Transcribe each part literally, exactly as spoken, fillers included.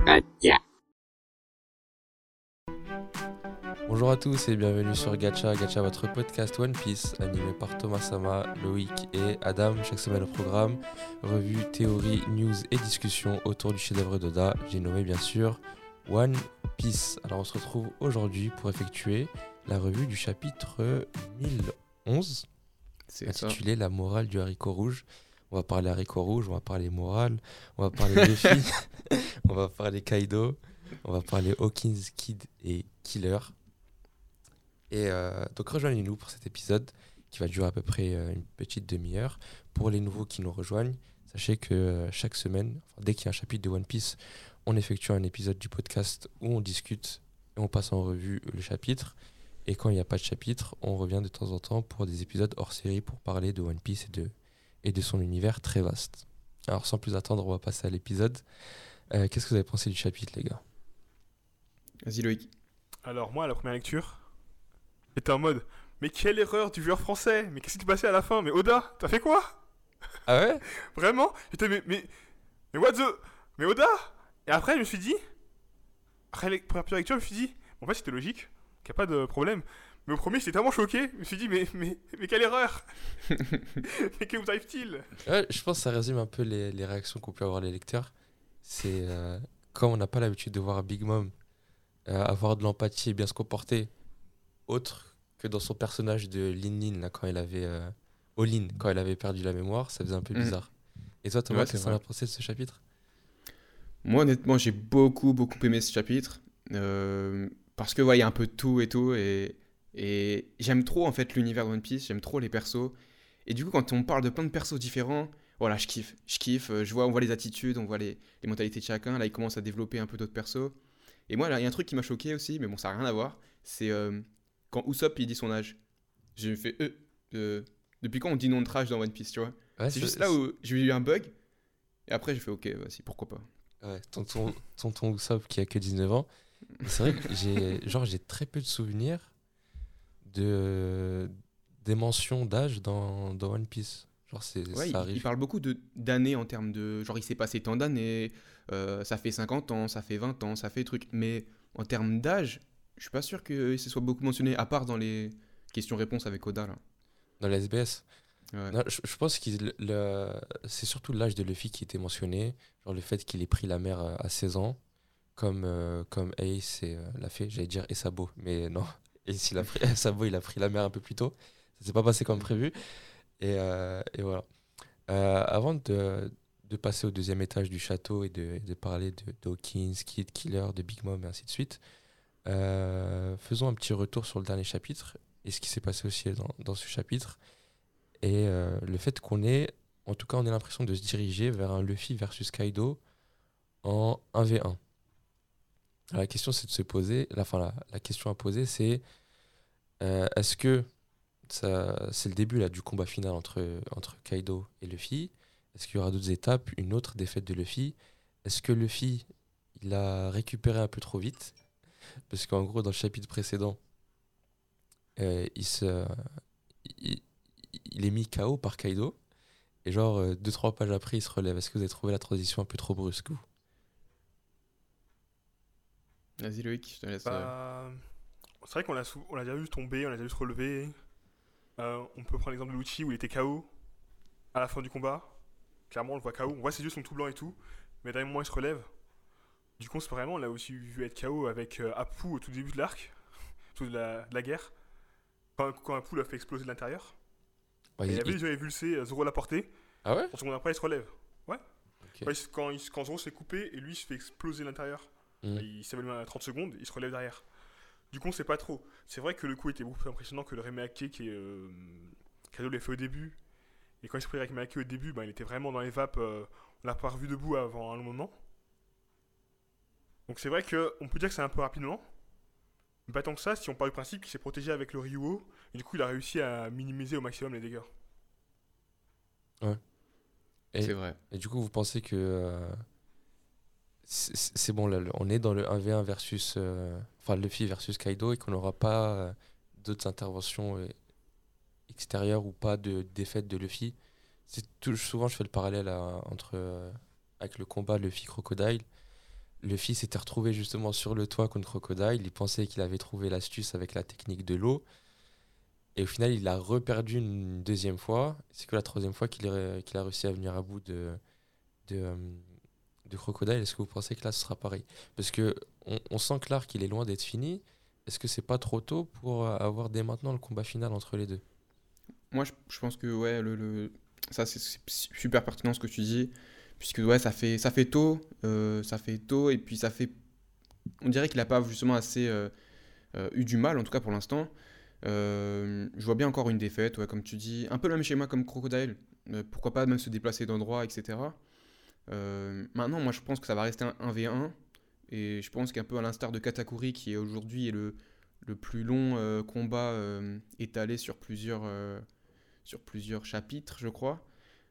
Gacha. Bonjour à tous et bienvenue sur Gacha, Gacha votre podcast One Piece animé par Thomas Sama, Loïc et Adam. Chaque semaine au programme, revue, théorie, news et discussion autour du chef-d'œuvre d'Oda, j'ai nommé bien sûr One Piece. Alors on se retrouve aujourd'hui pour effectuer la revue du chapitre mille onze, C'est intitulé La morale du haricot rouge. On va parler haricot rouge, on va parler morale, on va parler Luffy, on va parler Kaido, on va parler Hawkins, Kid et Killer. Et euh, donc rejoignez-nous pour cet épisode qui va durer à peu près euh, une petite demi-heure. Pour les nouveaux qui nous rejoignent, sachez que euh, chaque semaine, enfin, dès qu'il y a un chapitre de One Piece, on effectue un épisode du podcast où on discute et on passe en revue le chapitre. Et quand il n'y a pas de chapitre, on revient de temps en temps pour des épisodes hors série pour parler de One Piece et de, et de son univers très vaste. Alors sans plus attendre, on va passer à l'épisode. Euh, qu'est-ce que vous avez pensé du chapitre, les gars ? Vas-y Loïc. Alors moi, à la première lecture, j'étais en mode mais quelle erreur du joueur français. Mais qu'est-ce qui s'est passé à la fin? Mais Oda, t'as fait quoi? Ah ouais ? Vraiment? J'étais mais, mais, mais what the... Mais Oda? Et après, je me suis dit... Après la première lecture, je me suis dit... En fait, c'était logique, qu'il n'y a pas de problème. Mais au premier, j'étais tellement choqué. Je me suis dit mais, mais, mais quelle erreur. Mais que vous arrive-t-il? Ouais, je pense que ça résume un peu les, les réactions qu'ont pu avoir les lecteurs. C'est euh, quand on n'a pas l'habitude de voir Big Mom euh, avoir de l'empathie et bien se comporter, autre que dans son personnage de Lin Lin, là, quand elle avait euh, Olin, quand elle avait perdu la mémoire, ça faisait un peu Mm. bizarre. Et toi, Thomas, Ouais, qu'est-ce c'est que t'en as vrai. pensé de ce chapitre ? Moi honnêtement j'ai beaucoup beaucoup aimé ce chapitre euh, parce que ouais, il y a un peu de tout et tout et, et j'aime trop en fait l'univers de One Piece, j'aime trop les persos et du coup quand on parle de plein de persos différents, voilà je kiffe, je kiffe, euh, je vois, on voit les attitudes, on voit les, les mentalités de chacun, là il commence à développer un peu d'autres persos et moi là il y a un truc qui m'a choqué aussi mais bon ça n'a rien à voir, c'est euh, quand Usopp il dit son âge, j'ai fait euh, euh, depuis quand on dit nom de trash dans One Piece tu vois, Ouais, c'est juste là où j'ai eu un bug et après j'ai fait ok vas-y pourquoi pas. Ouais, tonton, tonton Usopp qui a que dix-neuf ans. Et c'est vrai que j'ai, genre, j'ai très peu de souvenirs de, des mentions d'âge dans, dans One Piece. Genre, c'est, Ouais, ça il, il arrive. parle beaucoup de, d'années en termes de... Genre, il s'est passé tant d'années, euh, ça fait cinquante ans, ça fait vingt ans, ça fait truc. Mais en termes d'âge, je suis pas sûr que ce soit beaucoup mentionné, à part dans les questions-réponses avec Oda, là. Dans la S B S. Ouais. Non, je, je pense que c'est surtout l'âge de Luffy qui était mentionné. Genre le fait qu'il ait pris la mer à à seize ans, comme, euh, comme Ace et, euh, l'a fait. J'allais dire Esabo, mais non. Ace, il a pris, Esabo, il a pris la mer un peu plus tôt. Ça s'est pas passé comme prévu. Et, euh, et voilà. Euh, avant de, de passer au deuxième étage du château et de, de parler de Dawkins, Kid, Killer, de Big Mom et ainsi de suite, euh, faisons un petit retour sur le dernier chapitre et ce qui s'est passé aussi dans, dans ce chapitre. Et euh, le fait qu'on ait, en tout cas, on ait l'impression de se diriger vers un Luffy versus Kaido en un v un. Alors, la question, c'est de se poser, la, enfin, la, la question à poser, c'est euh, est-ce que ça, c'est le début là, du combat final entre, entre Kaido et Luffy? Est-ce qu'il y aura d'autres étapes, une autre défaite de Luffy? Est-ce que Luffy, il a récupéré un peu trop vite? Parce qu'en gros, dans le chapitre précédent, euh, il, se, il, il est mis K O par Kaido. Et genre, euh, deux trois pages après, il se relève. Est-ce que vous avez trouvé la transition un peu trop brusque, vous ? Vas-y Loïc, je te laisse... euh, Bah... C'est vrai qu'on l'a, sou- on l'a déjà vu tomber, on l'a déjà vu se relever. Euh, on peut prendre l'exemple de Lucci où il était K O à la fin du combat. Clairement, on le voit K O. On voit ses yeux sont tout blancs et tout. Mais d'un moment, il se relève. Du coup, c'est vraiment, on l'a aussi vu être K O avec euh, Apu au tout début de l'arc, tout de la, de la guerre. Quand, quand Apu l'a fait exploser de l'intérieur. Bah, Et il il- avait il- les yeux évulsés, euh, Zoro l'a porté. Ah ouais ? Une seconde après, il se relève. Ouais. Ok. Quand, il se- quand, il se- quand Zoro s'est coupé et lui il se fait exploser l'intérieur, Mm. il s'évalue à trente secondes, il se relève derrière. Du coup, on sait pas trop. C'est vrai que le coup était beaucoup plus impressionnant que le Remake qui est. Euh, Kaido l'a fait au début. Et quand il s'est pris avec Remake au début, ben, il était vraiment dans les vapes. Euh, on l'a pas revu debout avant un long moment. Donc c'est vrai qu'on peut dire que c'est un peu rapidement. Mais pas tant que ça si on part du principe qu'il s'est protégé avec le Ryuo. Et du coup, il a réussi à minimiser au maximum les dégâts. Et, C'est vrai. et du coup, vous pensez que euh, c'est c'est bon, là, le- on est dans le un v un versus. euh, Enfin, Luffy versus Kaido et qu'on n'aura pas euh, d'autres interventions euh, extérieures ou pas de défaite de Luffy. C'est tout, souvent, je fais le parallèle à- entre, euh, avec le combat Luffy-Crocodile. Luffy s'était retrouvé justement sur le toit contre Crocodile. Il pensait qu'il avait trouvé l'astuce avec la technique de l'eau. Et au final, il a reperdu une deuxième fois. C'est que la troisième fois qu'il est- qu'il a réussi à venir à bout de, de, euh, de Crocodile. Est-ce que vous pensez que là, ce sera pareil? Parce que on, on sent que l'arc, il est loin d'être fini. Est-ce que c'est pas trop tôt pour euh, avoir dès maintenant le combat final entre les deux? Moi, je, je pense que ouais, le, le- ça c'est c'est super pertinent ce que tu dis, puisque ouais, ça fait, ça fait tôt, euh, ça fait tôt, et puis ça fait, on dirait qu'il n'a pas justement assez euh, euh, eu du mal, en tout cas pour l'instant. Euh, je vois bien encore une défaite, ouais, comme tu dis, un peu le même schéma comme Crocodile. Euh, pourquoi pas même se déplacer d'endroit, et cetera. Euh, maintenant, moi, je pense que ça va rester un un v un, et je pense qu'un peu à l'instar de Katakuri, qui est aujourd'hui est le, le plus long euh, combat euh, étalé sur plusieurs, euh, sur plusieurs chapitres, je crois,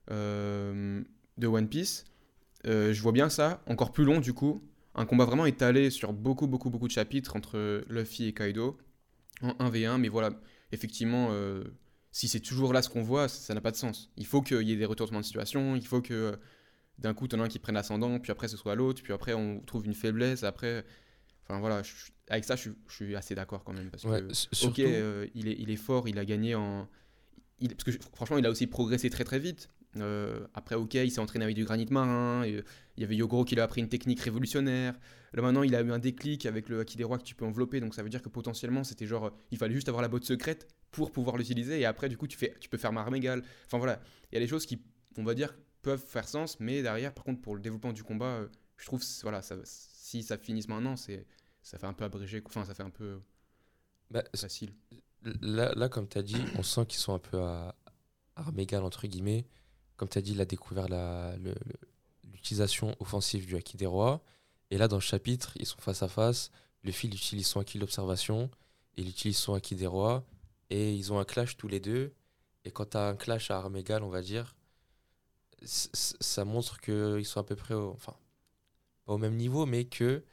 euh, de One Piece. Euh, je vois bien ça, encore plus long du coup, un combat vraiment étalé sur beaucoup, beaucoup, beaucoup de chapitres entre Luffy et Kaido, en un v un, mais voilà, effectivement, euh, si c'est toujours là ce qu'on voit, ça ça n'a pas de sens. Il faut qu'il y ait des retournements de situation, il faut que euh, d'un coup, t'en as un qui prenne l'ascendant, puis après ce soit l'autre, puis après on trouve une faiblesse, après... Enfin voilà, je- avec ça, je, suis- je suis assez d'accord quand même, parce Ouais, que, s- ok, surtout. euh, il, est, il est fort, il a gagné en... il- parce que franchement, il a aussi progressé très très vite. Euh, après, ok, il s'est entraîné avec du granit marin, et, euh, il y avait Yogoro qui lui a appris une technique révolutionnaire. Là maintenant, il a eu un déclic avec le Haki des Rois que tu peux envelopper, donc ça veut dire que potentiellement, c'était genre, euh, il fallait juste avoir la botte secrète pour pouvoir l'utiliser, et après, du coup, tu, fais, tu peux faire arme égale. Enfin voilà, il y a des choses qui, on va dire, peuvent faire sens, mais derrière, par contre, pour le développement du combat, euh, je trouve, c'est- voilà, ça, si ça finisse maintenant, c'est, ça fait un peu abrégé, enfin, ça fait un peu Bah, s- facile. là, là, comme tu as dit, on sent qu'ils sont un peu à armes égales, entre guillemets. Comme tu as dit, il a découvert la, le- le- l'utilisation offensive du Haki des Rois. Et là, dans le chapitre, ils sont face à face. Luffy il utilise son Haki de l'observation. Il utilise son Haki des Rois. Et ils ont un clash tous les deux. Et quand tu as un clash à armes égales, on va dire, c- c- ça montre qu'ils sont à peu près au, enfin, pas au même niveau, mais que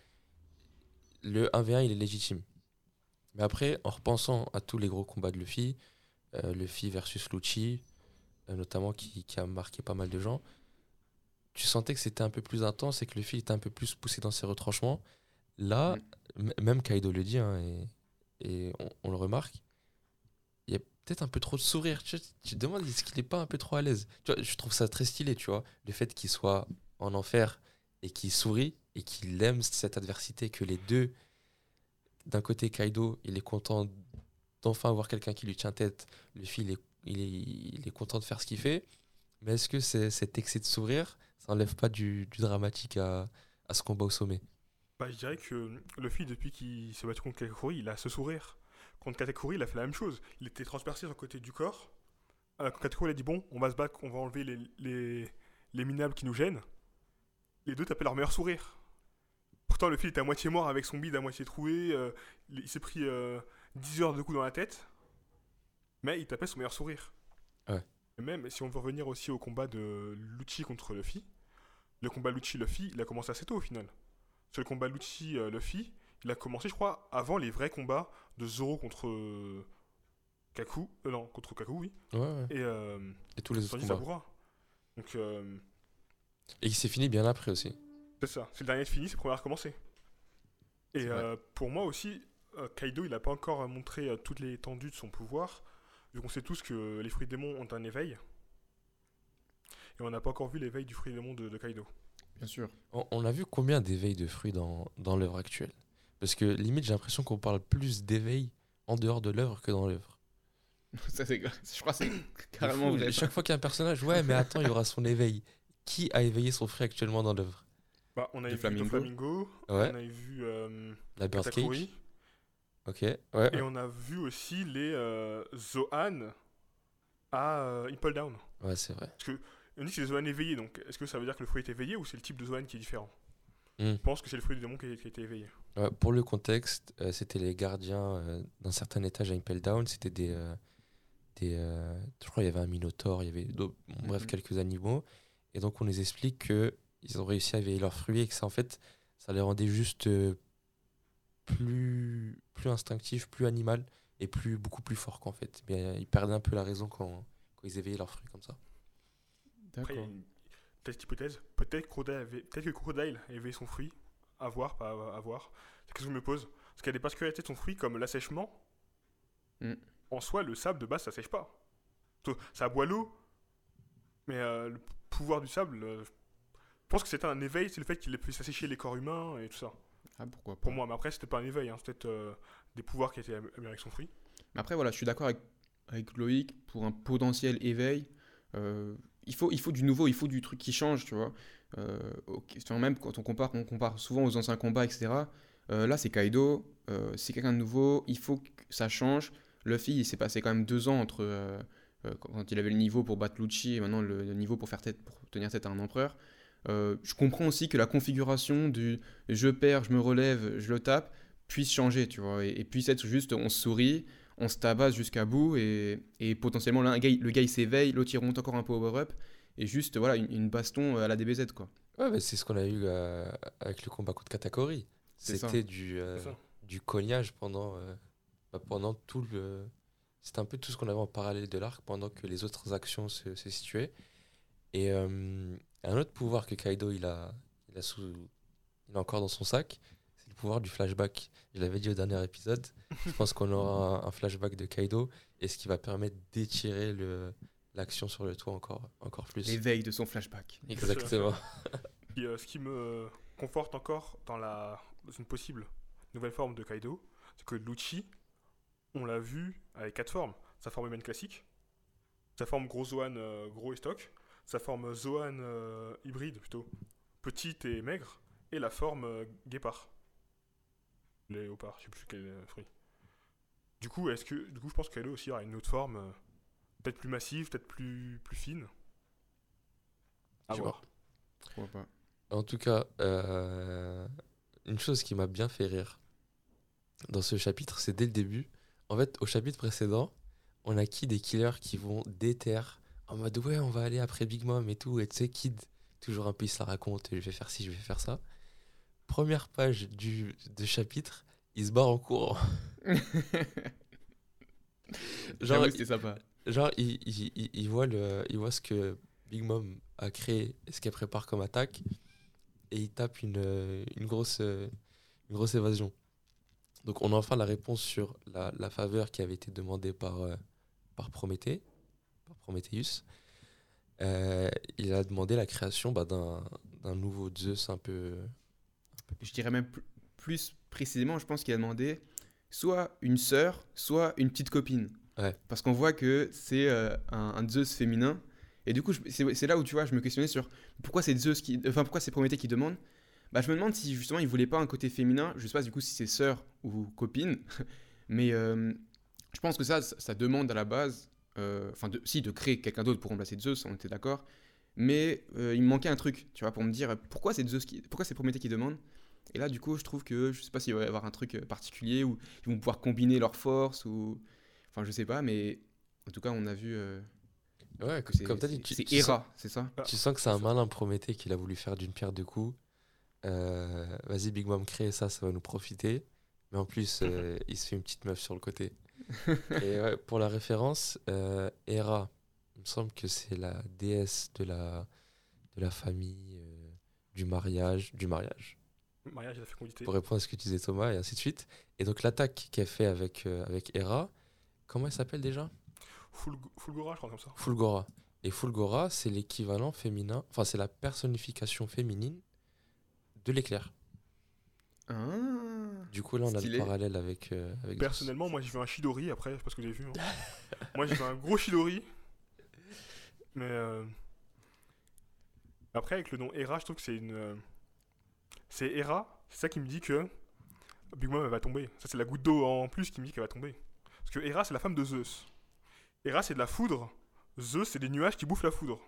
le un v un, il est légitime. Mais après, en repensant à tous les gros combats de Luffy, euh, Luffy versus Lucci, euh, notamment qui, qui a marqué pas mal de gens, tu sentais que c'était un peu plus intense et que Luffy était un peu plus poussé dans ses retranchements. Là, Mm. m- même Kaido le dit, hein, et, et on, on le remarque, il y a peut-être un peu trop de sourire. Tu, tu te demandes, est-ce qu'il n'est pas un peu trop à l'aise? Tu vois, je trouve ça très stylé, tu vois, le fait qu'il soit en enfer et qu'il sourit et qu'il aime cette adversité, que les deux, d'un côté Kaido, il est content d'enfin avoir quelqu'un qui lui tient tête. Luffy, il est, il est, il est content de faire ce qu'il fait. Mais est-ce que c'est, cet excès de sourire, ça enlève pas du, du dramatique à, à ce combat au sommet? Bah, je dirais que Luffy, depuis qu'il s'est battu contre Katakuri, il a ce sourire. Contre Katakuri, il a fait la même chose. Il était transpercé sur le côté du corps. Euh, quand Katakuri il a dit bon, on va se battre, on va enlever les, les, les minables qui nous gênent. Les deux tapaient leur meilleur sourire. Pourtant, Luffy était à moitié mort avec son bide à moitié troué. euh, il il s'est pris euh, dix heures de coups dans la tête. Mais il tapait son meilleur sourire. Ouais. Et même si on veut revenir aussi au combat de Lucci contre Luffy, le combat Lucci-Luffy, il a commencé assez tôt au final. Sur le combat Lucci-Luffy, il a commencé, je crois, avant les vrais combats de Zoro contre euh, Kaku. Euh, non, contre Kaku, oui. Ouais, ouais. Et euh, Et tous les autres Sanji combats. Sakura. Donc, euh, Et il s'est fini bien après aussi. c'est ça. C'est le dernier de fini, c'est le premier à recommencer. Et C'est vrai. euh, pour moi aussi, euh, Kaido, il n'a pas encore montré euh, toute l'étendue de son pouvoir. Vu qu'on sait tous que les fruits des démons ont un éveil. Et on n'a pas encore vu l'éveil du fruit des démons de, de Kaido. Bien sûr. On, on a vu combien d'éveils de fruits dans, dans l'œuvre actuelle? Parce que limite, j'ai l'impression qu'on parle plus d'éveil en dehors de l'œuvre que dans l'œuvre. Ça, c'est, je crois que c'est C'est carrément fou. vrai. ça. Chaque fois qu'il y a un personnage, ouais, mais attends, il y aura son éveil. Qui a éveillé son fruit actuellement dans l'œuvre? Bah, on avait Du vu Flamingo. Flamingo, Ouais. on avait vu euh, La Bird Cage. Katakuri, Ok, ouais. et on a vu aussi les euh, Zohan à euh, Impel Down. Ouais, c'est vrai. Parce que on dit que c'est les Zohan éveillés, donc est-ce que ça veut dire que le fruit est éveillé ou c'est le type de Zohan qui est différent? Hmm. Je pense que c'est le fruit du démon qui a, qui a été éveillé. Ouais, pour le contexte, euh, c'était les gardiens euh, d'un certain étage à Impel Down. C'était des, euh, des euh, je crois qu'il y avait un minotaure, il y avait d'autres- bon, bref Mhm. quelques animaux. Et donc on nous explique que ils ont réussi à éveiller leurs fruits et que ça en fait ça les rendait juste euh, plus plus instinctifs, plus animal et plus beaucoup plus forts qu'en fait. Mais ils perdaient un peu la raison quand, quand ils éveillaient leurs fruits comme ça. Après, il y a D'accord. une petite hypothèse. Peut-être, Crocodile avait- peut-être que Crocodile a éveillé son fruit à voir, pas à, à voir. C'est quelque chose que je me pose. Parce qu'il y a des particularités de son fruit, comme l'assèchement. Mm. En soi, le sable de base, ça sèche pas. Ça boit l'eau, mais euh, le pouvoir du sable, euh, je pense que c'était un éveil, c'est le fait qu'il puisse assécher les corps humains et tout ça. Ah, pourquoi pas. Pour moi, mais après, c'était pas un éveil, hein. C'était peut-être euh, des pouvoirs qui étaient améliorés avec son fruit. Mais après, voilà, je suis d'accord avec, avec Loïc pour un potentiel éveil. Euh, il, faut, il faut du nouveau, il faut du truc qui change, tu vois. Euh, ok, enfin, même quand on compare, on compare souvent aux anciens combats, et cetera. Euh, là, c'est Kaido, euh, c'est quelqu'un de nouveau, il faut que ça change. Luffy, il s'est passé quand même deux ans entre euh, euh, quand il avait le niveau pour battre Lucci et maintenant le, le niveau pour, faire tête, pour tenir tête à un empereur. Euh, je comprends aussi que la configuration du je perds, je me relève, je le tape puisse changer, tu vois, et, et puisse être juste on se sourit, on se tabasse jusqu'à bout et, et potentiellement là, un gars, le gars il s'éveille, l'autre il remonte encore un power-up et juste voilà une, une baston à la D B Z quoi. Ouais, mais c'est ce qu'on a eu euh, avec le combat contre Katakuri. C'est ça. C'était du, euh, C'est ça. du cognage pendant, euh, bah, pendant tout le. C'était un peu tout ce qu'on avait en parallèle de l'arc pendant que les autres actions se, se situaient. Et euh, un autre pouvoir que Kaido il a, il, a sous, il a encore dans son sac, c'est le pouvoir du flashback. Je l'avais dit au dernier épisode. Je pense qu'on aura un, un flashback de Kaido et ce qui va permettre d'étirer le, l'action sur le toit encore, encore plus. L'éveil de son flashback. Exactement. Et, euh, ce qui me conforte encore dans, la, dans une possible nouvelle forme de Kaido, c'est que Lucci, on l'a vu avec quatre formes. Sa forme humaine classique, sa forme gros Zoan euh, gros et stock, sa forme Zoan euh, hybride plutôt, petite et maigre, et la forme euh, guépard. Léopard, je sais plus quel euh, fruit. Du coup, est-ce que, du coup, je pense que Kaido aussi aura une autre forme, euh, peut-être plus massive, peut-être plus, plus fine. À Tu voir. Pourquoi pas. En tout cas, euh, une chose qui m'a bien fait rire dans ce chapitre, c'est dès le début. En fait, au chapitre précédent, on a qui des killers qui vont déter en mode ouais, on va aller après Big Mom et tout. Et tu sais, Kid, toujours un peu, il se la raconte, je vais faire ci, je vais faire ça. Première page du de chapitre, il se barre en courant. Genre, J'avoue, c'était sympa. genre il, il, il, il voit le, il voit ce que Big Mom a créé et ce qu'elle prépare comme attaque. Et il tape une, euh, une, grosse, euh, une grosse évasion. Donc on a enfin la réponse sur la, la faveur qui avait été demandée par, euh, par Prométhée, par Prometheus. Euh, il a demandé la création bah, d'un, d'un nouveau Zeus un peu... Je dirais même pl- plus précisément, je pense qu'il a demandé soit une sœur, soit une petite copine. Ouais. Parce qu'on voit que c'est euh, un, un Zeus féminin. Et du coup, je- c'est, c'est là où tu vois, je me questionnais sur pourquoi c'est Zeus qui, enfin pourquoi c'est Prométhée qui demande. Bah, je me demande si justement il voulait pas un côté féminin. Je sais pas du coup si c'est sœur ou copine, mais euh, je pense que ça, ça, ça demande à la base, euh, enfin de, si de créer quelqu'un d'autre pour remplacer Zeus, on était d'accord. Mais euh, il me manquait un truc, tu vois, pour me dire pourquoi c'est Zeus qui, pourquoi c'est Prométhée qui demande. Et là, du coup, je trouve que je sais pas s'il va y avoir un truc euh, particulier où ils vont pouvoir combiner leurs forces ou, enfin, je sais pas, mais en tout cas, on a vu euh, Ouais, que c'est, comme t'as dit, c'est, tu, c'est tu sens, Hera, c'est ça? tu sens que c'est un malin Prométhée qu'il a voulu faire d'une pierre deux coups. Euh, vas-y, Big Mom, crée ça, ça va nous profiter. Mais en plus, euh, il se fait une petite meuf sur le côté. Et ouais, pour la référence, euh, Hera, il me semble que c'est la déesse de la, de la famille, euh, du mariage, du mariage. Mariage et la fécondité. Pour répondre à ce que tu disais Thomas, et ainsi de suite. Et donc l'attaque qu'elle fait avec, euh, avec Hera, comment elle s'appelle déjà? Fulg- Fulgora, je crois comme ça. Fulgora. Et Fulgora, c'est l'équivalent féminin, enfin c'est la personnification féminine de l'éclair. Ah, Du coup là on Stylé. a le parallèle avec, euh, avec Zeus. Personnellement, moi j'ai vu un Chidori après, je sais pas ce que vous avez vu. Hein. Moi j'ai vu un gros Chidori. Mais euh, après, avec le nom Hera, je trouve que c'est une. euh, C'est Hera, c'est ça qui me dit que Big Mom elle va tomber. Ça, c'est la goutte d'eau en plus qui me dit qu'elle va tomber. Parce que Hera, c'est la femme de Zeus. Hera, c'est de la foudre. Zeus, c'est des nuages qui bouffent la foudre.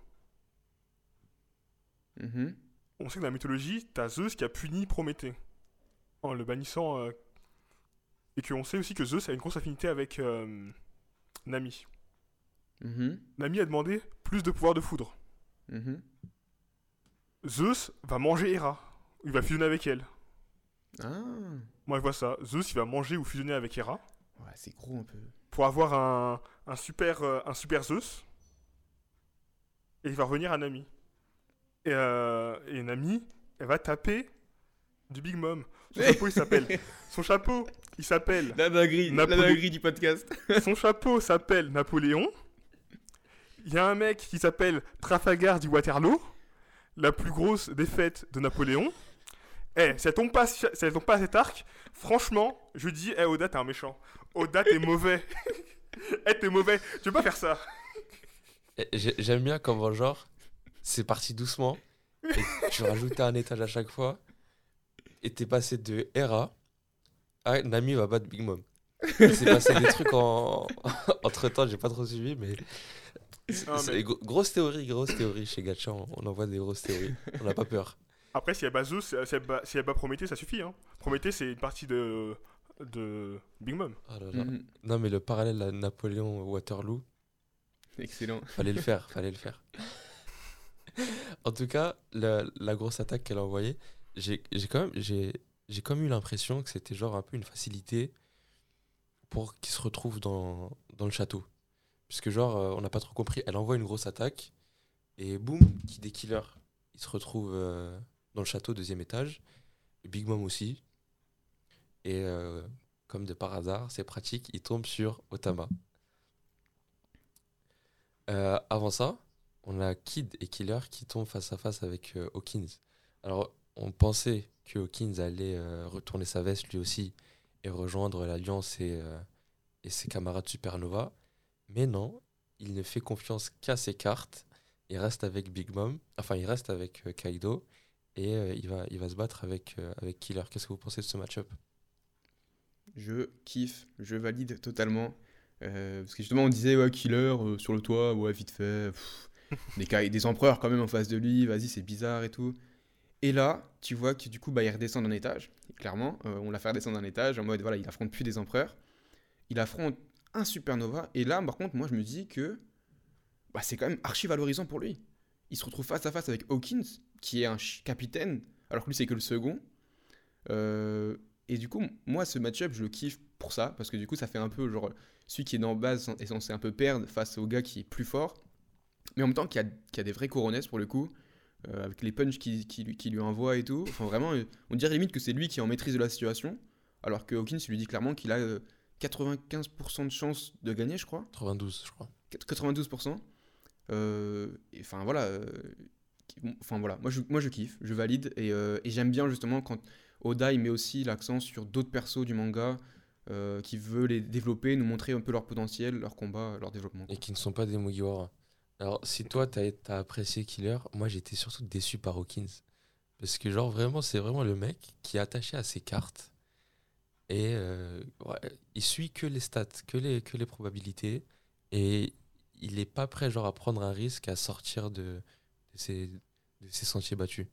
mhm. On sait que dans la mythologie, t'as Zeus qui a puni Prométhée en le bannissant. euh, Et qu'on sait aussi que Zeus a une grosse affinité avec euh, Nami. Mhm. Nami a demandé plus de pouvoir de foudre. Mhm. Zeus va manger Hera. Il va fusionner avec elle. Ah, Moi, je vois ça. Zeus, il va manger ou fusionner avec Hera ouais, c'est gros un peu. pour avoir un, un, super, euh, un super Zeus. Et il va revenir à Nami. Et, euh, et Nami, elle va taper du Big Mom. Son chapeau, il s'appelle. Son chapeau, il s'appelle. La dinguerie, Napolé- la dinguerie du podcast. Son chapeau s'appelle Napoléon. Il y a un mec qui s'appelle Trafalgar du Waterloo. La plus grosse défaite de Napoléon. Eh, si elle tombe pas, si elle tombe pas à cet arc, franchement, je dis, eh, Oda, t'es un méchant. Oda, t'es mauvais. Eh, t'es mauvais. Tu veux pas faire ça. Et j'ai- J'aime bien comment, genre, c'est parti doucement, et tu rajoutais un étage à chaque fois, et t'es passé de Hera à Nami va battre Big Mom. Il s'est passé des trucs en... entre temps, j'ai pas trop suivi, mais. Non, c'est- mais- gro- Grosse théorie, grosse théorie chez Gacha, on, on envoie des grosses théories, on n'a pas peur. Après, si elle bat Zeus, si elle bat, si elle bat Prométhée, ça suffit. Hein. Prométhée, c'est une partie de, de Big Mom. Oh là là. Mhm. Non, mais le parallèle à Napoléon Waterloo, Excellent. fallait le faire, fallait le faire. En tout cas, la, la grosse attaque qu'elle a envoyée, j'ai j'ai quand même, j'ai, j'ai quand même eu l'impression que c'était genre un peu une facilité pour qu'il se retrouve dans, dans le château. Puisque genre, euh, on n'a pas trop compris, elle envoie une grosse attaque, et boum, qui des killers, il se retrouve euh, dans le château, deuxième étage, et Big Mom aussi. Et euh, comme de par hasard, c'est pratique, il tombe sur Otama. Euh, avant ça, on a Kid et Killer qui tombent face à face avec euh, Hawkins. Alors, on pensait que Hawkins allait euh, retourner sa veste lui aussi et rejoindre l'Alliance et, euh, et ses camarades Supernova. Mais non, il ne fait confiance qu'à ses cartes. Il reste avec Big Mom, enfin, il reste avec euh, Kaido et euh, il, va, il va se battre avec, euh, avec Killer. Qu'est-ce que vous pensez de ce match-up? Je kiffe, je valide totalement. Euh, parce que justement, on disait, ouais, killer euh, sur le toit, ouais, vite fait. pff, des, ca- des empereurs quand même en face de lui, vas-y, c'est bizarre et tout. Et là, tu vois que du coup, bah, il redescend d'un étage. Et clairement, euh, on l'a fait redescendre d'un étage en mode, voilà, il affronte plus des empereurs. Il affronte un supernova. Et là, par contre, moi, je me dis que bah, c'est quand même archi valorisant pour lui. Il se retrouve face à face avec Hawkins, qui est un ch- capitaine, alors que lui, c'est que le second. Euh, et du coup, moi, ce match-up, je le kiffe pour ça, parce que du coup, ça fait un peu genre celui qui est dans base est censé un peu perdre face au gars qui est plus fort, mais en même temps qui a, qui a des vrais coronesses pour le coup, euh, avec les punchs qui, qui, lui- qui lui envoie et tout. Enfin, vraiment, euh, on dirait limite que c'est lui qui est en maîtrise de la situation, alors que Hawkins il lui dit clairement qu'il a euh, quatre-vingt-quinze pour cent de chance de gagner, je crois. quatre-vingt-douze, je crois. quatre-vingt-douze pour cent. Euh, et Enfin, voilà. euh, qui- bon, Enfin, voilà. Moi, je, moi, je kiffe, je valide, et, euh, et j'aime bien justement quand Oda il met aussi l'accent sur d'autres persos du manga euh, qui veut les développer, nous montrer un peu leur potentiel, leur combat, leur développement. Et qui ne sont pas des Mugiwara. Alors, si toi, t'as, t'as apprécié Killer, moi, j'étais surtout déçu par Hawkins. Parce que, genre, vraiment, c'est vraiment le mec qui est attaché à ses cartes. Et euh, ouais, il suit que les stats, que les, que les probabilités. Et il n'est pas prêt, genre, à prendre un risque, à sortir de, de, ses, de ses sentiers battus.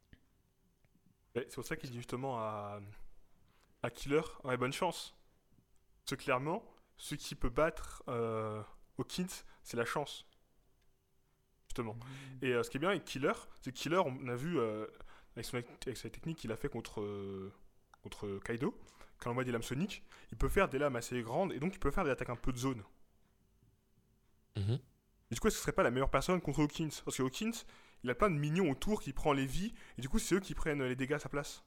Ouais, c'est pour ça qu'il dit justement à, à Killer, ouais, bonne chance. Parce que clairement, ce qui peut battre euh, Hawkins, c'est la chance. Justement. Et euh, ce qui est bien avec Killer, c'est que Killer, on a vu euh, avec, son, avec sa technique qu'il a fait contre, euh, contre Kaido, quand on envoie des lames soniques, il peut faire des lames assez grandes et donc il peut faire des attaques un peu de zone. Mhm. Et du coup, est-ce que ce serait pas la meilleure personne contre Hawkins? Parce que Hawkins, il a plein de minions autour qui prend les vies, et du coup, c'est eux qui prennent les dégâts à sa place.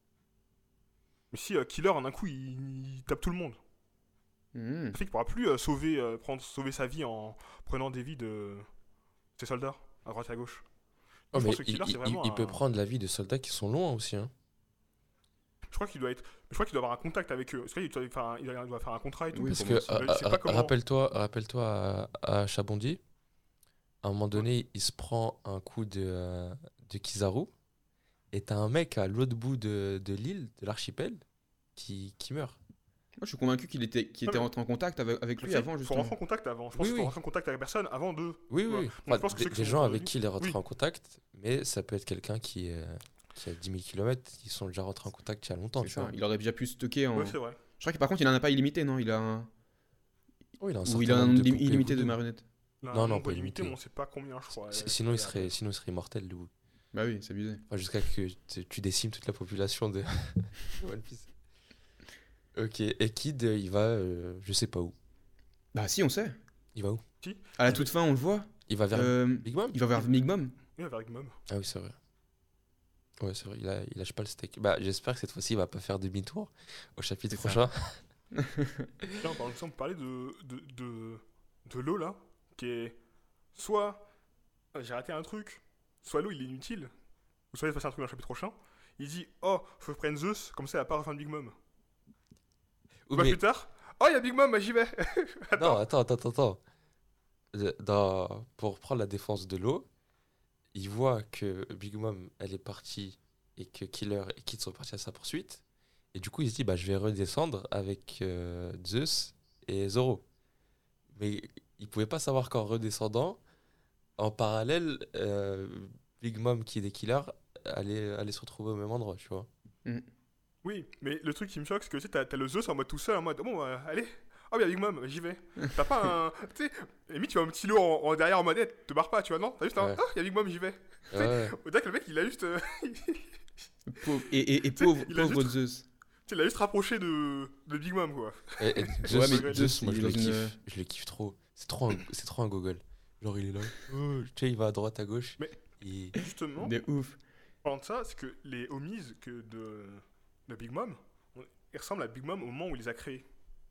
Mais si euh, Killer, en un coup, il, il tape tout le monde. Mmh. Ça fait qu'il pourra plus euh, sauver, euh, prendre, sauver sa vie en prenant des vies de ses soldats, à droite et à gauche. Oh, Je mais pense que il, Killer, c'est il- vraiment il peut un- prendre la vie de soldats qui sont loin aussi. Hein. Je crois qu'il doit être. Je crois qu'il doit avoir un contact avec eux. Parce qu'il doit, faire un- il doit faire un contrat et tout. Oui, Parce pour que, moi aussi. euh, Je sais pas euh, comment- rappelle-toi, rappelle-toi à, à Chabondi, à un moment donné, il se prend un coup de, euh, de Kizaru, et t'as un mec à l'autre bout de, de l'île, de l'archipel, qui, qui meurt. Moi, je suis convaincu qu'il était, qu'il Non, était mais- rentré en contact avec, avec Tu lui sais, avant, faut justement. rentrer en contact avant. Je pense Oui, qu'il faut oui. rentrer en contact avec personne avant de. Oui, oui, Ouais. oui. Donc, Enfin, je pense que des, ceux qui des sont gens autour de avec lui- qui il est rentré Oui. en contact, mais ça peut être quelqu'un qui, est, qui a dix mille kilomètres, ils sont déjà rentrés en contact il y a longtemps. C'est Tu ça. vois. Il aurait déjà pu stocker en. Ouais, c'est vrai. Je crois que par contre, il en a pas illimité, non? Il a un. Oh, il a un Ou certain il a un nombre de lim- poupées illimité de voodoo. marionnettes. Il a un Non, non, nombre pas limité, limité. mais on sait pas combien, je crois. Si- Euh, Sinon, il c'est- serait, sinon, il serait immortel, du coup. Bah oui, c'est abusé. Enfin, jusqu'à que tu, tu décimes toute la population de One Piece. Ok, et Kid, euh, il va, euh, je sais pas où. Bah si, on sait. Il va où? À la toute fin, on le voit. Il va vers Euh, Big Mom? il va vers Big Mom. Oui, avec Mom. Ah oui, c'est vrai. Ouais, c'est vrai, il, a, il lâche pas le steak. Bah, j'espère que cette fois-ci, il va pas faire demi-tour au chapitre C'est prochain. Là, par exemple, parler de, de, de, de l'eau, là, qui est soit euh, j'ai raté un truc, soit l'eau, il est inutile, ou soit il va passer un truc dans le chapitre prochain. Il dit, oh, faut que je prenne Zeus, comme ça, il va pas rejoindre Big Mom. Ou Bah, mais- plus tard, oh, il y a Big Mom, bah, j'y vais. Non, attends, attends, attends. attends. Le- Dans... Pour prendre la défense de l'eau, il voit que Big Mom, elle est partie et que Killer et Kid sont partis à sa poursuite. Et du coup, il se dit, bah, je vais redescendre avec euh, Zeus et Zoro. Mais il pouvait pas savoir qu'en redescendant, en parallèle, euh, Big Mom, qui est des killers, allait, allait se retrouver au même endroit, tu vois. Oui, mais le truc qui me choque, c'est que tu sais, t'as, t'as le Zeus en mode tout seul, en mode, bon, bah, allez, oh, il y a Big Mom, bah, j'y vais. T'as pas un. Tu sais, limite, tu vois un petit lot en, en derrière en mode, eh, te barre pas, tu vois, non? T'as juste un, Ouais. oh, il y a Big Mom, j'y vais. Ouais. Au dirait que le mec, il a juste. euh, Pauvre- Et, et, et Tu sais, pauvre, il a pauvre juste- Zeus. Tu sais, il a juste rapproché de, de Big Mom, quoi. Et, et Zeus, Ouais, mais Zeus, Zeus, moi il je est le dans kiffe, une- je le kiffe trop. C'est trop un, c'est trop un gogol. Genre il est là, oh, tu sais, il va à droite, à gauche. Mais- Et Justement, De ouf. parlant de ça, c'est que les homies que de, de Big Mom, on- ils ressemblent à Big Mom au moment où il les a créés.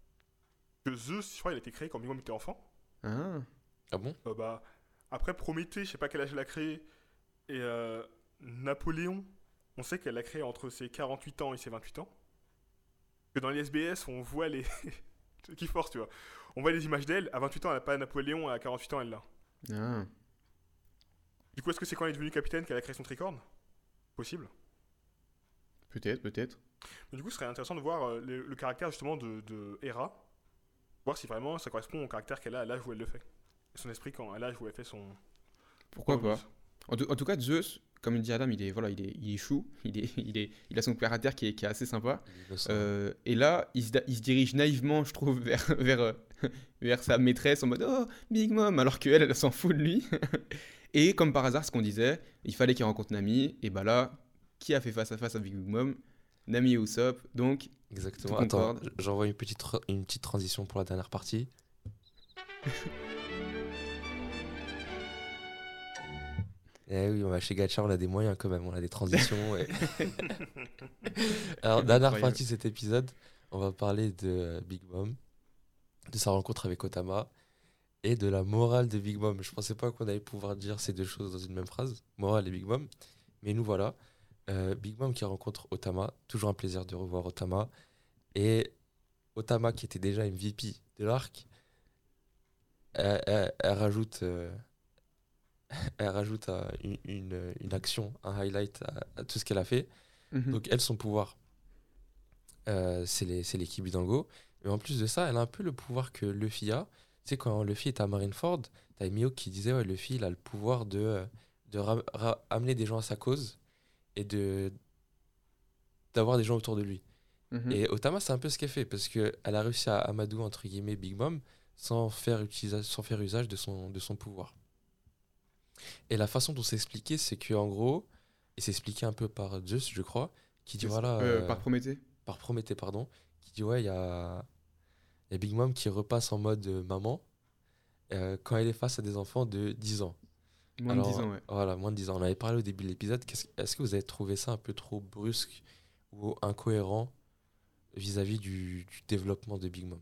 Que Zeus, je crois, il a été créé quand Big Mom était enfant. Ah. ah bon? Euh, bah, après Prométhée, je sais pas quel âge elle a créé, et euh, Napoléon, on sait qu'elle l'a créé entre ses quarante-huit ans et ses vingt-huit ans. Que dans les S B S, on voit les. Ce qui force, tu vois. On voit les images d'elle, à vingt-huit ans, elle n'a pas Napoléon, à quarante-huit ans, elle l'a. Ah. Du coup, est-ce que c'est quand elle est devenue capitaine qu'elle a créé son tricorne? Possible. Peut-être, peut-être. Mais du coup, ce serait intéressant de voir euh, le, le caractère justement de, de Hera, voir si vraiment ça correspond au caractère qu'elle a à l'âge où elle le fait. Et son esprit quand, à l'âge où elle fait son. Pourquoi son pas. remise. En tout, en tout cas, Zeus, comme dit Adam, il est, voilà, il est, il est chou. Il, est, il, est, il a son caractère qui est, qui est assez sympa. Il est innocent. Euh, et là, il se, da- il se dirige naïvement, je trouve, vers, vers, euh, vers sa maîtresse en mode Oh, Big Mom, alors qu'elle, elle s'en fout de lui. Et comme par hasard, ce qu'on disait, il fallait qu'il rencontre Nami. Et bah là, qui a fait face à face avec Big Mom? Nami et Usopp. Donc, Exactement. tout Attends, concorde. j'envoie une petite, tra- une petite transition pour la dernière partie. Eh oui, on va chez Gacha, on a des moyens quand même, on a des transitions. et- Alors, dernière Incroyable. partie de cet épisode, on va parler de euh, Big Mom, de sa rencontre avec Otama et de la morale de Big Mom. Je pensais pas qu'on allait pouvoir dire ces deux choses dans une même phrase, morale et Big Mom. Mais nous voilà. Euh, Big Mom qui rencontre Otama, toujours un plaisir de revoir Otama. Et Otama qui était déjà une V P de l'arc, elle, elle- elle rajoute, euh, elle rajoute euh, une, une- une action, un highlight à, à tout ce qu'elle a fait. mhm. Donc elle, son pouvoir, euh, c'est les, c'est les Kibidango. Mais en plus de ça, elle a un peu le pouvoir que Luffy a. Tu sais, quand Luffy est à Marineford, t'as Mihawk qui disait, ouais, Luffy, il a le pouvoir de, euh, de ra- ra- amener des gens à sa cause et de d'avoir des gens autour de lui. Mhm. Et Otama, c'est un peu ce qu'elle fait, parce qu'elle a réussi à amadouer, entre guillemets, Big Mom, sans faire, utilisa- sans faire usage de son, de son pouvoir. Et la façon dont c'est expliqué, c'est qu'en gros, et c'est expliqué un peu par Zeus, je crois, qui dit, C'est- voilà... euh, euh, Par Prométhée. par Prométhée, pardon, qui dit, ouais, il y a, il y a Big Mom qui repasse en mode euh, maman, euh, quand elle est face à des enfants de dix ans. Moins Alors, de dix ans, ouais. Voilà, moins de dix ans. On avait parlé au début de l'épisode. Qu'est-ce- Est-ce que vous avez trouvé ça un peu trop brusque ou incohérent vis-à-vis du, du développement de Big Mom?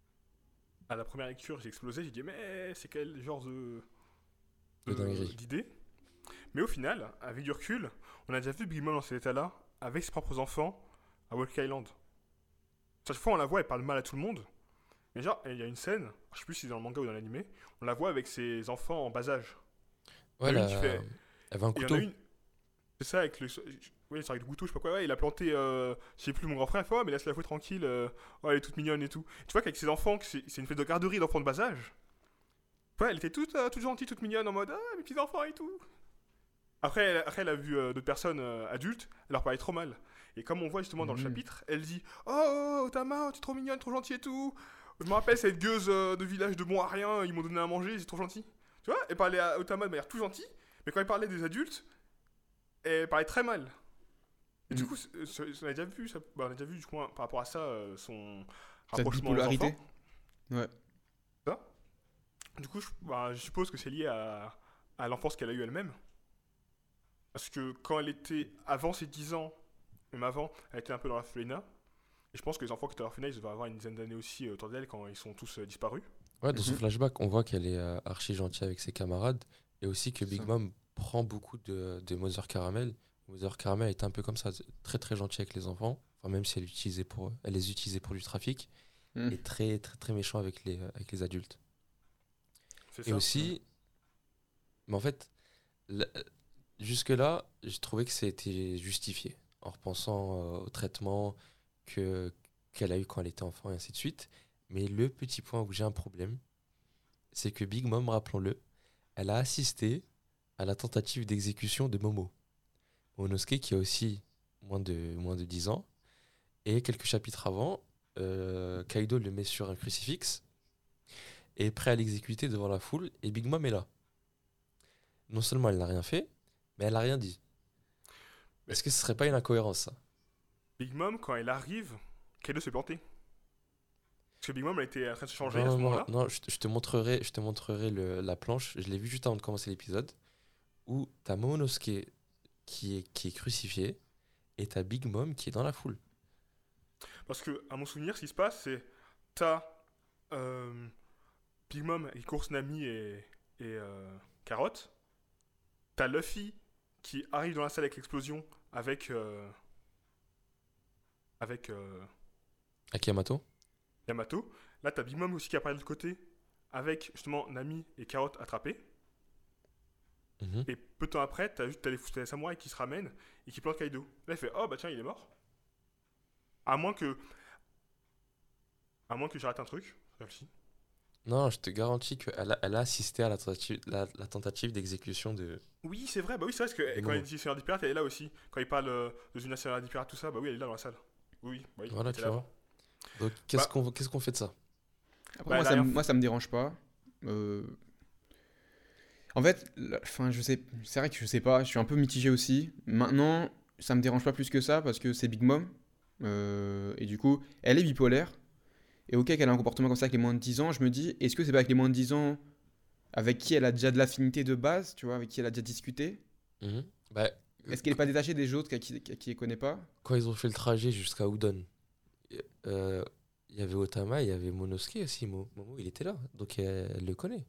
À la première lecture, j'ai explosé, j'ai dit, mais c'est quel genre de. De dinguerie. d'idée. Mais au final, avec du recul, on a déjà vu Big Mom dans cet état-là, avec ses propres enfants, à Walk Island. Chaque fois, on la voit, elle parle mal à tout le monde. Mais genre, il y a une scène, je sais plus si c'est dans le manga ou dans l'animé, on la voit avec ses enfants en bas âge. Ouais, Il y en a la- une qui fait- elle avait un Et il y en couteau. a une. C'est ça, avec le. Oui, c'est avec le couteau, je sais pas quoi. Ouais, il a planté. Euh, je sais plus, mon grand frère, il fait, ouais, mais laisse la jouer tranquille. Euh, ouais, elle est toute mignonne et tout. Tu vois qu'avec ses enfants, que c'est c'est une fête de garderie d'enfants de bas âge. Ouais, elle était toute, euh, toute gentille, toute mignonne, en mode, ah, mes petits enfants et tout. Après, elle, après, elle a vu euh, d'autres personnes euh, adultes, elle leur parlait trop mal. Et comme on voit justement dans le Mhm. chapitre, elle dit, oh, oh, Otama, tu es trop mignonne, trop gentille et tout. Je me rappelle cette gueuse euh, de village de bon à rien, ils m'ont donné à manger, c'est trop gentil. Tu vois, elle parlait à Otama de manière tout gentille, mais quand elle parlait des adultes, elle parlait très mal. Et du Mm. coup, c'est- c'est- on a déjà vu, ça, bah, on a déjà vu du coup, hein, par rapport à ça, euh, son Sa rapprochement aux bipolarité. enfants. Ouais. Ça. Du coup, je, bah, je suppose que c'est lié à, à l'enfance qu'elle a eue elle-même. Parce que quand elle était avant ses dix ans, même avant, elle était un peu dans l'orphelinat. Et je pense que les enfants qui étaient à l'orphelinat, ils devaient avoir une dizaine d'années aussi euh, autour d'elle quand ils sont tous euh, disparus. Ouais, dans son Mhm. flashback, on voit qu'elle est euh, archi gentille avec ses camarades et aussi que C'est Big ça. Mom prend beaucoup de, de Mother Caramel. Mother Caramel est un peu comme ça, très très gentille avec les enfants, enfin, même si elle, utilisait pour, elle les utilisait pour du trafic, Mhm. et très très très méchant avec les, avec les adultes. C'est Et ça. aussi, mais en fait, la- jusque-là, j'ai trouvé que c'était justifié en repensant euh, au traitement que, qu'elle a eu quand elle était enfant et ainsi de suite. Mais le petit point où j'ai un problème, c'est que Big Mom, rappelons-le, elle a assisté à la tentative d'exécution de Momo. Momonosuke qui a aussi moins de, moins de dix ans. Et quelques chapitres avant, euh, Kaido le met sur un crucifix et est prêt à l'exécuter devant la foule. Et Big Mom est là. Non seulement elle n'a rien fait, mais elle n'a rien dit. Mais Est-ce que ce serait pas une incohérence, ça? Big Mom, quand elle arrive, Kaido se planter. Parce que Big Mom, elle était en train de se changer à Non, ce non, moment-là. non, je, te je te montrerai, je te montrerai le- la planche. Je l'ai vu juste avant de commencer l'épisode. Où t'as Momonosuke qui est, qui est crucifié et t'as Big Mom qui est dans la foule. Parce que, à mon souvenir, ce qui se passe, c'est. T'as euh, Big Mom qui course Nami et, et euh, Carotte. T'as Luffy qui arrive dans la salle avec l'explosion avec. euh, avec euh, Akiyamato? Yamato. Là, t'as Big Mom aussi qui apparaît de l'autre côté avec justement Nami et Carotte attrapés. Mhm. Et peu de temps après, t'as juste t'as les, t'as les samouraïs qui se ramènent et qui plantent Kaido. Là, il fait oh bah tiens, il est mort. À moins que. À moins que j'arrête un truc. Réfléchis. Non, je te garantis qu'elle a, elle a assisté à la tentative, la, la tentative d'exécution de, Oui, c'est vrai, bah oui, c'est vrai, parce que de quand il Momo. dit Seigneur des Pirates, elle est là aussi. Quand il parle euh, de une Seigneur des Pirates, tout ça, bah oui, elle est là dans la salle. Oui, oui, bah oui, elle Voilà, était tu là vois. avant. Donc, qu'est-ce Bah, qu'on qu'est-ce qu'on fait de ça? Après, bah moi, elle a ça, rien me- fait. moi, ça me dérange pas. Euh, En fait, la- enfin, je sais, c'est vrai que je sais pas, je suis un peu mitigé aussi. Maintenant, ça me dérange pas plus que ça parce que c'est Big Mom. Euh, et du coup, elle est bipolaire. Et ok, qu'elle a un comportement comme ça avec les moins de dix ans, je me dis, est-ce que c'est pas avec les moins de dix ans avec qui elle a déjà de l'affinité de base, tu vois, avec qui elle a déjà discuté? Mhm. Bah, euh, Est-ce qu'elle est pas détachée des autres, qu'elle qui, qui les connaît pas? quand ils ont fait le trajet jusqu'à Udon, euh, il y avait Otama, il y avait Monosuke aussi. Mo- Momo, il était là, donc elle, elle le connaît.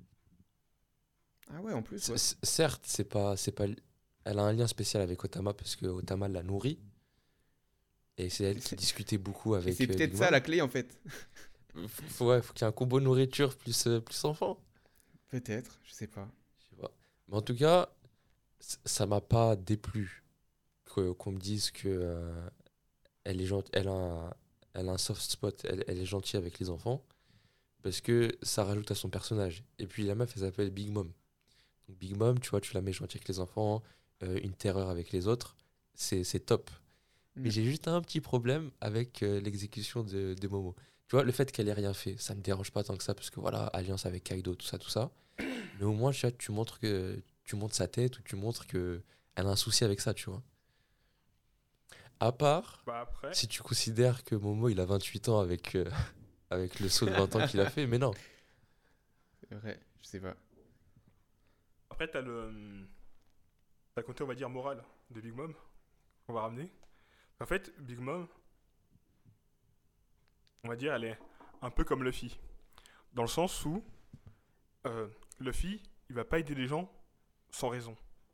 Ah ouais, en plus, C- ouais. c- certes, c'est pas, c'est pas, elle a un lien spécial avec Otama parce que Otama l'a nourrie et c'est elle qui discutait beaucoup Et c'est avec euh, Big peut-être ça la Mom. clé en fait. F- Faut, ouais, faut qu'il y ait un combo nourriture plus, euh, plus enfant. Peut-être, je sais pas. Je sais pas. Mais en tout cas, c- ça m'a pas déplu que- qu'on me dise que euh, elle est gent- elle a un, elle a un soft spot, elle, elle est gentille avec les enfants parce que ça rajoute à son personnage. Et puis la meuf, elle s'appelle Big Mom. Donc Big Mom, tu vois, tu la mets gentille avec les enfants, euh, une terreur avec les autres, c'est c'est top. Mais Mm. j'ai juste un petit problème avec euh, l'exécution de, de Momo. Tu vois, le fait qu'elle ait rien fait, ça me dérange pas tant que ça parce que voilà, alliance avec Kaido, tout ça, tout ça. Mais au moins, tu vois, tu montres que tu montres sa tête ou tu montres que elle a un souci avec ça, tu vois. À part Bah après, si tu considères que Momo il a vingt-huit ans avec, euh, avec le saut de vingt ans qu'il a fait, mais non. C'est vrai, je sais pas. après t'as le. hum, T'as le côté, on va dire, moral de Big Mom qu'on va ramener. En fait, Big Mom, on va dire, elle est un peu comme Luffy. Dans le sens où euh, Luffy, il va pas aider les gens sans raison.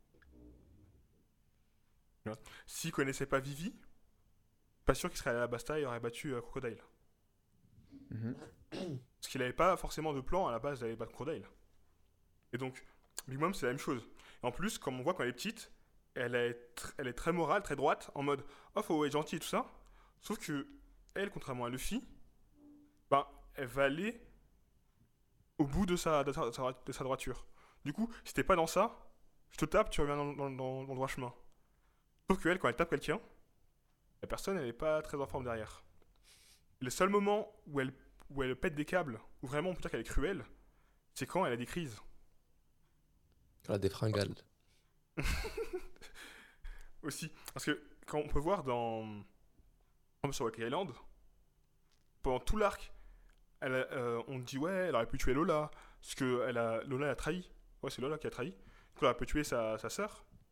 Tu vois. S'il connaissait pas Vivi, pas sûr qu'il serait allé à la Basta et aurait battu euh, Crocodile. Mhm. Parce qu'il avait pas forcément de plan à la base d'aller battre Crocodile. Et donc, Big Mom, c'est la même chose. Et en plus, comme on voit quand elle est petite, elle est, tr- elle est très morale, très droite, en mode oh, faut être gentil et tout ça. Sauf que, elle, contrairement à Luffy, ben, elle va aller au bout de sa, de sa, de sa- de sa droiture. Du coup, si t'es pas dans ça, je te tape, tu reviens dans, dans- dans- dans le droit chemin. Sauf que elle, quand elle tape quelqu'un, la personne, elle est pas très en forme derrière. Le seul moment où elle, où elle pète des câbles, où vraiment on peut dire qu'elle est cruelle, c'est quand elle a des crises. Elle a des fringales. Aussi. Parce que quand on peut voir dans. Comme sur Wacky Island, pendant tout l'arc, elle a- euh, on dit ouais, elle aurait pu tuer Lola. Parce que elle a, Lola a trahi. Ouais, c'est Lola qui a trahi. Du coup, elle aurait pu tuer sa, sa sœur.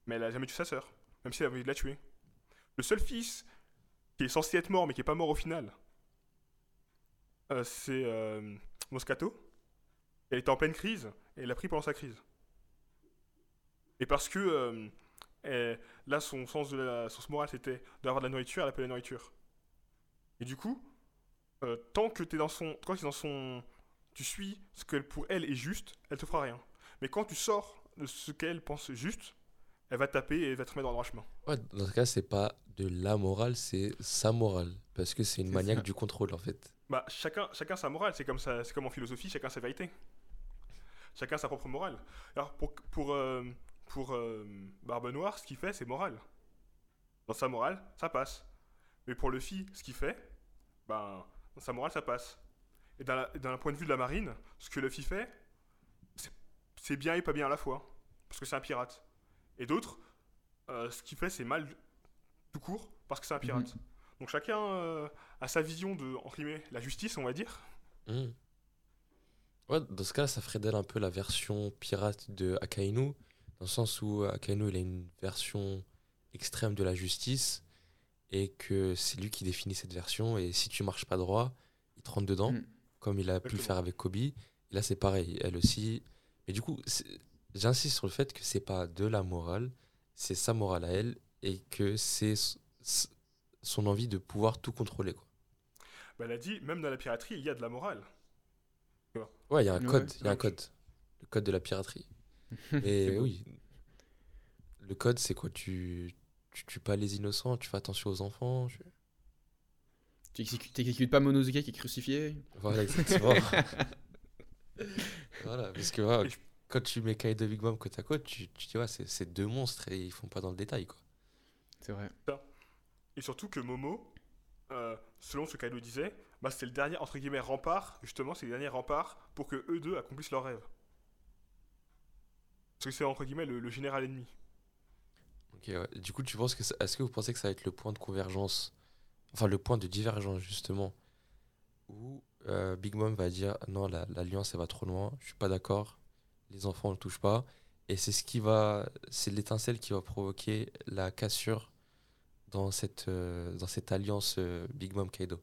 mais elle a jamais tué sa sœur, même si elle avait envie de la tuer. Le seul fils qui est censé être mort, mais qui est pas mort au final, euh, c'est euh, Moscato. Elle était en pleine crise, et elle l'a pris pendant sa crise. Et parce que euh, elle- là, son sens de la sens moral, c'était d'avoir de la nourriture, elle appelle la nourriture. Et du coup, euh, tant que t'es dans son, quand t'es dans son, tu suis ce que pour elle est juste, elle te fera rien. Mais quand tu sors de ce qu'elle pense juste, elle va te taper et elle va te remettre dans le droit chemin. Ouais, dans ce cas, c'est pas de la morale, c'est sa morale. Parce que c'est une C'est maniaque ça. du contrôle, en fait. Bah, chacun, chacun sa morale, c'est comme ça, c'est comme en philosophie, chacun sa vérité. Chacun sa propre morale. Alors pour pour euh, pour euh, Barbe Noire, ce qu'il fait, c'est moral. Dans sa morale, ça passe. Mais pour Luffy, ce qu'il fait, ben dans sa morale, ça passe. Et d'un d'un point de vue de la marine, ce que Luffy fait, c'est c'est bien et pas bien à la fois, parce que c'est un pirate. Et d'autres, euh, ce qu'il fait, c'est mal tout court, parce que c'est un pirate. Mhm. Donc chacun euh, a sa vision de, entre guillemets, la justice, on va dire. Hmm. Ouais, dans ce cas, ça ferait d'elle un peu la version pirate de Akainu, dans le sens où Akainu, il a une version extrême de la justice, et que c'est lui qui définit cette version, et si tu marches pas droit, il te rentre dedans, Mm. comme il a pu le Exactement. faire avec Kobe. Et là, c'est pareil, elle aussi. Mais du coup, c'est- j'insiste sur le fait que c'est pas de la morale, c'est sa morale à elle, et que c'est s- s- son envie de pouvoir tout contrôler, quoi. Bah, elle a dit, même dans la piraterie, il y a de la morale. Ouais, il y a un Ouais, code, il y a un donc- code. Le code de la piraterie. C'est Et beau. oui, le code, c'est quoi? Tu, tu tues pas les innocents, tu fais attention aux enfants. je- Tu exécutes, t'exécutes pas Monosuke qui est crucifié. Voilà, exactement. Voilà, parce que voilà, Et je- quand tu mets Kaido et Big Mom côte à côte, tu, tu dis, ouais, c'est c'est deux monstres et ils font pas dans le détail, quoi. C'est vrai. Et surtout que Momo, euh, selon ce qu'Aido disait, bah, c'était le dernier, entre guillemets, rempart, justement, c'est le dernier rempart pour que eux deux accomplissent leur rêve. Parce que c'est, entre guillemets, le, le général ennemi. Ok, ouais. Du coup, tu penses que ça- est-ce que vous pensez que ça va être le point de convergence, enfin le point de divergence justement, où euh, Big Mom va dire non, la- l'alliance elle va trop loin, je suis pas d'accord, les enfants on le touche pas, et c'est ce qui va, c'est l'étincelle qui va provoquer la cassure dans cette euh, dans cette alliance euh, Big Mom Kaido.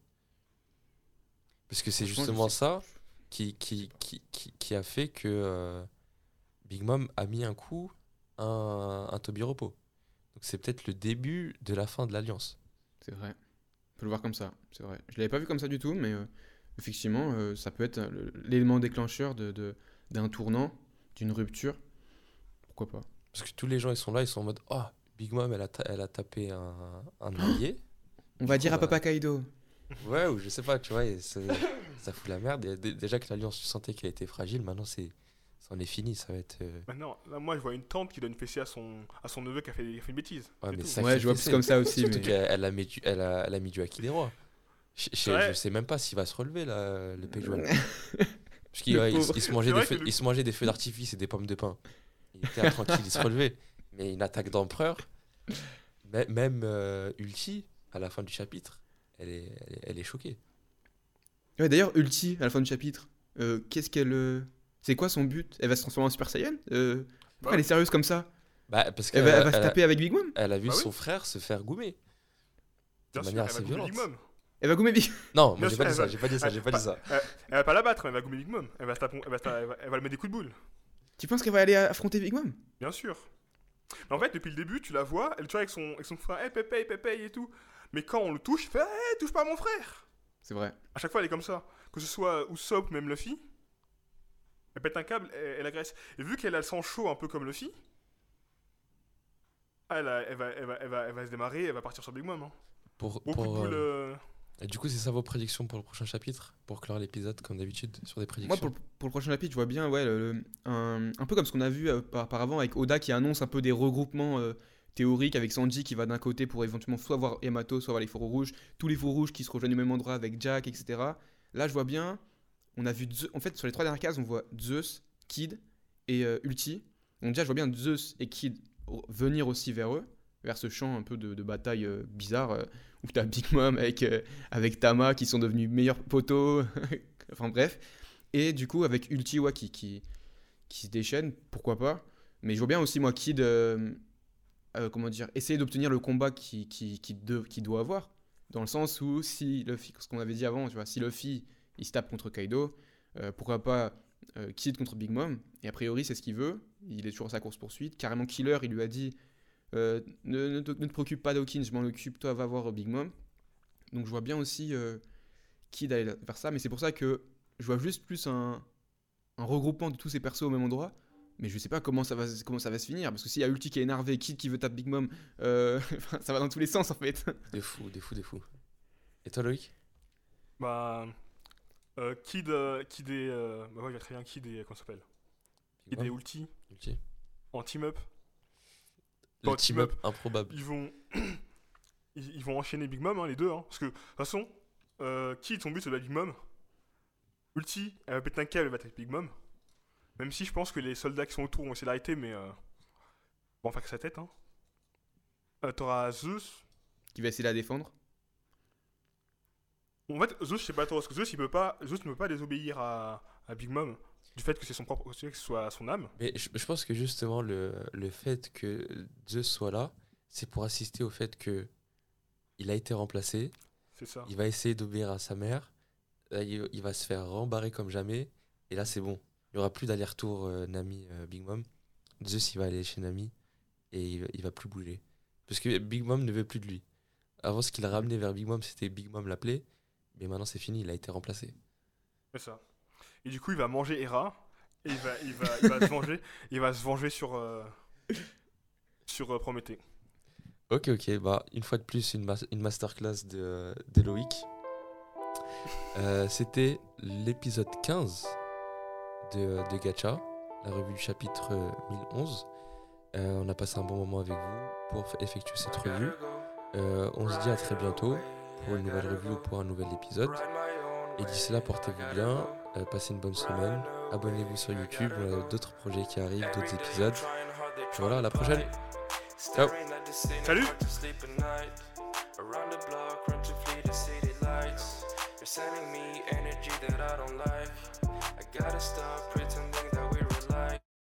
Parce que c'est Franchement, je justement sais- ça qui qui, qui, qui, qui a fait que euh, Big Mom a mis un coup un, un Tobiropo. Donc c'est peut-être le début de la fin de l'alliance. C'est vrai. On peut le voir comme ça. C'est vrai. Je l'avais pas vu comme ça du tout, mais euh, effectivement, euh, ça peut être euh, le- l'élément déclencheur de, de- d'un tournant, d'une rupture. Pourquoi pas? Parce que tous les gens ils sont là, ils sont en mode oh, Big Mom elle a, ta- elle a tapé un, un allié. On va Du dire coup, à bah, Papa Kaido. Ouais, ou je sais pas, tu vois, et c'est- ça fout la merde. Et dé- déjà que l'alliance, tu sentais qu'elle était fragile, maintenant c'est, c'en est fini, ça va être. euh, Maintenant, là, moi, je vois une tante qui donne une fessée à son, à son neveu qui a fait, qui a fait une bêtise. Ouais, c'est mais tout. ça- Ouais, je vois plus Sacrificer. comme ça aussi. Surtout Mais... qu'elle elle a, mis du, elle, a, elle a mis du Haki des rois. Je, je- Ouais. je sais même pas s'il va se relever là, le Péjuan. Parce qu'il Le ouais, il, pauvre. il se C'est mangeait des vrai feux, que le- il se mangeait des feux d'artifice et des pommes de pain. Il était là, tranquille, il se relevait. Mais une attaque d'empereur, mè- même euh, Ulti, à la fin du chapitre, elle est, elle est, elle est choquée. Ouais, d'ailleurs, Ulti, à la fin du chapitre, euh, qu'est-ce qu'elle. euh, C'est quoi son but? Elle va se transformer en Super Saiyan? Euh, Pourquoi Bah, elle est sérieuse comme ça? Bah, parce Elle qu'elle va, elle a, va se elle a- taper avec Big Mom? elle a vu Bah oui. son frère se faire goumer. bien de sûr, manière elle va assez gommer violente. Big Mom. Elle va gommer Big Non, moi Bien j'ai sûr, pas dit elle ça, va- j'ai pas dit ça, j'ai pas dit ça. Elle, elle va pas la battre, mais elle va gommer Big Mom. Elle va, se taper- elle va, se ta- elle va, elle va le mettre des coups de boule. Tu penses qu'elle va aller affronter Big Mom? Bien sûr. Mais en fait, depuis le début, tu la vois, elle tu vois avec son, avec son frère, hey, Pépé, Pépé et tout. Mais quand on le touche, elle fait, hey, touche pas à mon frère. C'est vrai. À chaque fois, elle est comme ça. Que ce soit Usopp ou même Luffy, elle pète un câble, elle, elle agresse. Et vu qu'elle a le sang chaud un peu comme Luffy, elle, a- elle, va, elle, va, elle, va, elle va se démarrer, elle va partir sur Big Mom. Hein. Pour, Beaucoup pour, de boules. euh, euh, et du coup, c'est ça vos prédictions pour le prochain chapitre? Pour clore l'épisode, comme d'habitude, sur des prédictions? Moi, pour, le- pour le prochain chapitre, je vois bien, ouais, le- le- un, un peu comme ce qu'on a vu euh, par- auparavant avec Oda qui annonce un peu des regroupements euh, théoriques avec Sanji qui va d'un côté pour éventuellement soit voir Yamato, soit voir les fourreaux rouges, tous les fourreaux rouges qui se rejoignent au même endroit avec Jack, et cetera. Là, je vois bien, on a vu, Zeus- en fait, sur les trois dernières cases, on voit Zeus, Kid et euh, Ulti. Donc déjà, je vois bien Zeus et Kid r- venir aussi vers eux, vers ce champ un peu de, de bataille euh, bizarre euh, où t'as Big Mom avec, euh, avec Tama qui sont devenus meilleurs potos, enfin bref. Et du coup, avec Ulti ouais, qui, qui, qui se déchaîne, pourquoi pas. Mais je vois bien aussi, moi, Kid, euh, euh, comment dire, essayer d'obtenir le combat qu'il qui, qui, de, qui doit avoir. Dans le sens où si Luffy, ce qu'on avait dit avant, tu vois, si Luffy il se tape contre Kaido, euh, pourquoi pas euh, Kid contre Big Mom, et a priori c'est ce qu'il veut, il est toujours à sa course-poursuite. Carrément Killer, il lui a dit euh, ne, ne, te, ne te préoccupe pas d'Hawkins, je m'en occupe, toi va voir Big Mom. Donc je vois bien aussi euh, Kid aller vers ça, mais c'est pour ça que je vois juste plus un, un regroupement de tous ces persos au même endroit. Mais je sais pas comment ça va, comment ça va se finir, parce que s'il y a Ulti qui est énervé, Kid qui veut taper Big Mom, euh, ça va dans tous les sens en fait. Des fous, des fous, des fous. Et toi, Loïc? Bah. Euh, Kid, euh, Kid et. Euh, bah ouais, il y a très bien Kid et. Comment ça s'appelle? Kid et Ulti. Ulti. En team-up. Le Bon, team-up team-up, improbable. Ils vont. ils, ils vont enchaîner Big Mom, hein, les deux. Hein, parce que, de toute façon, euh, Kid, son but, c'est de battre Big Mom. Ulti, elle va péter un câble, elle va attaquer Big Mom. Même si je pense que les soldats qui sont autour vont essayer d'arrêter, mais. Euh, vont faire que sa tête. Hein. Euh, T'auras Zeus. Qui va essayer de la défendre. En fait, Zeus, je sais pas trop, parce que Zeus, il peut pas, Zeus ne peut pas désobéir à, à Big Mom, du fait que c'est son propre, que ce soit son âme. Mais je, je pense que justement, le, le fait que Zeus soit là, c'est pour assister au fait que il a été remplacé. C'est ça. Il va essayer d'obéir à sa mère. Là, il, il va se faire rembarrer comme jamais. Et là, c'est bon. Il n'y aura plus d'aller-retour euh, Nami euh, Big Mom. Zeus, il va aller chez Nami et il, il va plus bouger. Parce que Big Mom ne veut plus de lui. Avant, ce qu'il a ramené vers Big Mom, c'était Big Mom l'appeler. Mais maintenant, c'est fini, il a été remplacé. C'est ça. Et du coup, il va manger Hera. Et il va, il va, il va se venger. Il va se venger sur, euh, sur euh, Prométhée. Ok, ok. Bah, une fois de plus, une, ma- une masterclass de, de Loïc. Euh, c'était l'épisode quinze de, de Gacha, la revue du chapitre euh, mille onze. Euh, on a passé un bon moment avec vous pour f- effectuer cette revue. Euh, on se dit à très bientôt pour une nouvelle revue ou pour un nouvel épisode. Et d'ici là, portez-vous bien, euh, passez une bonne semaine, abonnez-vous sur YouTube, on a d'autres projets qui arrivent, d'autres épisodes. Et voilà, à la prochaine. Ciao. Salut! Sending me energy that I don't like. I gotta stop.